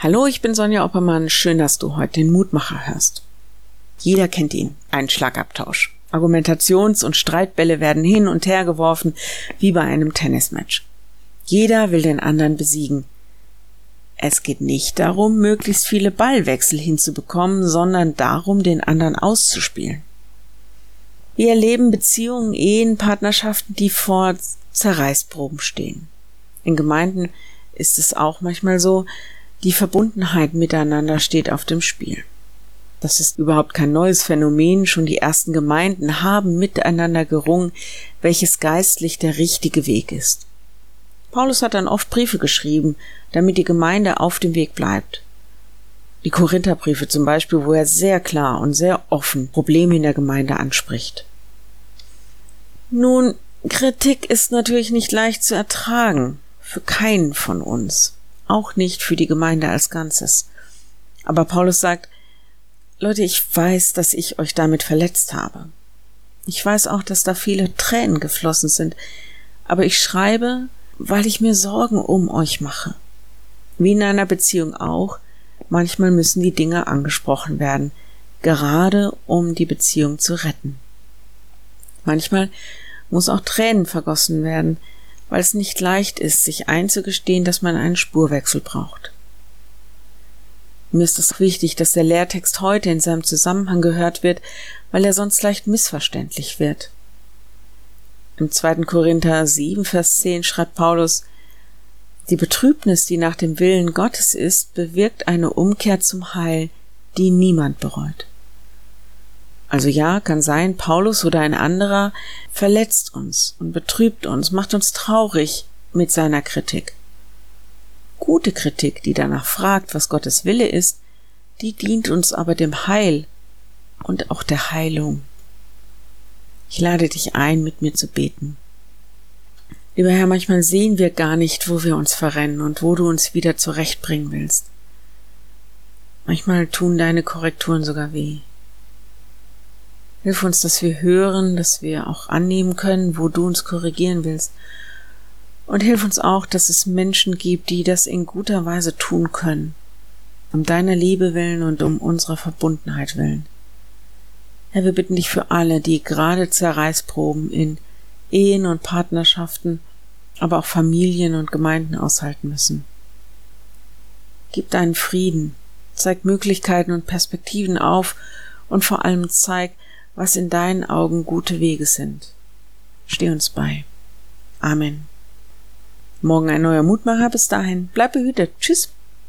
Hallo, ich bin Sonja Oppermann. Schön, dass du heute den Mutmacher hörst. Jeder kennt ihn, einen Schlagabtausch. Argumentations- und Streitbälle werden hin und her geworfen, wie bei einem Tennismatch. Jeder will den anderen besiegen. Es geht nicht darum, möglichst viele Ballwechsel hinzubekommen, sondern darum, den anderen auszuspielen. Wir erleben Beziehungen, Ehen, Partnerschaften, die vor Zerreißproben stehen. In Gemeinden ist es auch manchmal so, die Verbundenheit miteinander steht auf dem Spiel. Das ist überhaupt kein neues Phänomen, schon die ersten Gemeinden haben miteinander gerungen, welches geistlich der richtige Weg ist. Paulus hat dann oft Briefe geschrieben, damit die Gemeinde auf dem Weg bleibt. Die Korintherbriefe zum Beispiel, wo er sehr klar und sehr offen Probleme in der Gemeinde anspricht. Nun, Kritik ist natürlich nicht leicht zu ertragen, für keinen von uns. Auch nicht für die Gemeinde als Ganzes. Aber Paulus sagt, Leute, ich weiß, dass ich euch damit verletzt habe. Ich weiß auch, dass da viele Tränen geflossen sind. Aber ich schreibe, weil ich mir Sorgen um euch mache. Wie in einer Beziehung auch, manchmal müssen die Dinge angesprochen werden, gerade um die Beziehung zu retten. Manchmal muss auch Tränen vergossen werden, weil es nicht leicht ist, sich einzugestehen, dass man einen Spurwechsel braucht. Mir ist es wichtig, dass der Lehrtext heute in seinem Zusammenhang gehört wird, weil er sonst leicht missverständlich wird. Im 2. Korinther 7, Vers 10 schreibt Paulus, die Betrübnis, die nach dem Willen Gottes ist, bewirkt eine Umkehr zum Heil, die niemand bereut. Also ja, kann sein, Paulus oder ein anderer verletzt uns und betrübt uns, macht uns traurig mit seiner Kritik. Gute Kritik, die danach fragt, was Gottes Wille ist, die dient uns aber dem Heil und auch der Heilung. Ich lade dich ein, mit mir zu beten. Lieber Herr, manchmal sehen wir gar nicht, wo wir uns verrennen und wo du uns wieder zurechtbringen willst. Manchmal tun deine Korrekturen sogar weh. Hilf uns, dass wir hören, dass wir auch annehmen können, wo du uns korrigieren willst. Und hilf uns auch, dass es Menschen gibt, die das in guter Weise tun können, um deiner Liebe willen und um unserer Verbundenheit willen. Herr, wir bitten dich für alle, die gerade Zerreißproben in Ehen und Partnerschaften, aber auch Familien und Gemeinden aushalten müssen. Gib deinen Frieden, zeig Möglichkeiten und Perspektiven auf und vor allem zeig, was in deinen Augen gute Wege sind. Steh uns bei. Amen. Morgen ein neuer Mutmacher. Bis dahin, bleib behütet. Tschüss.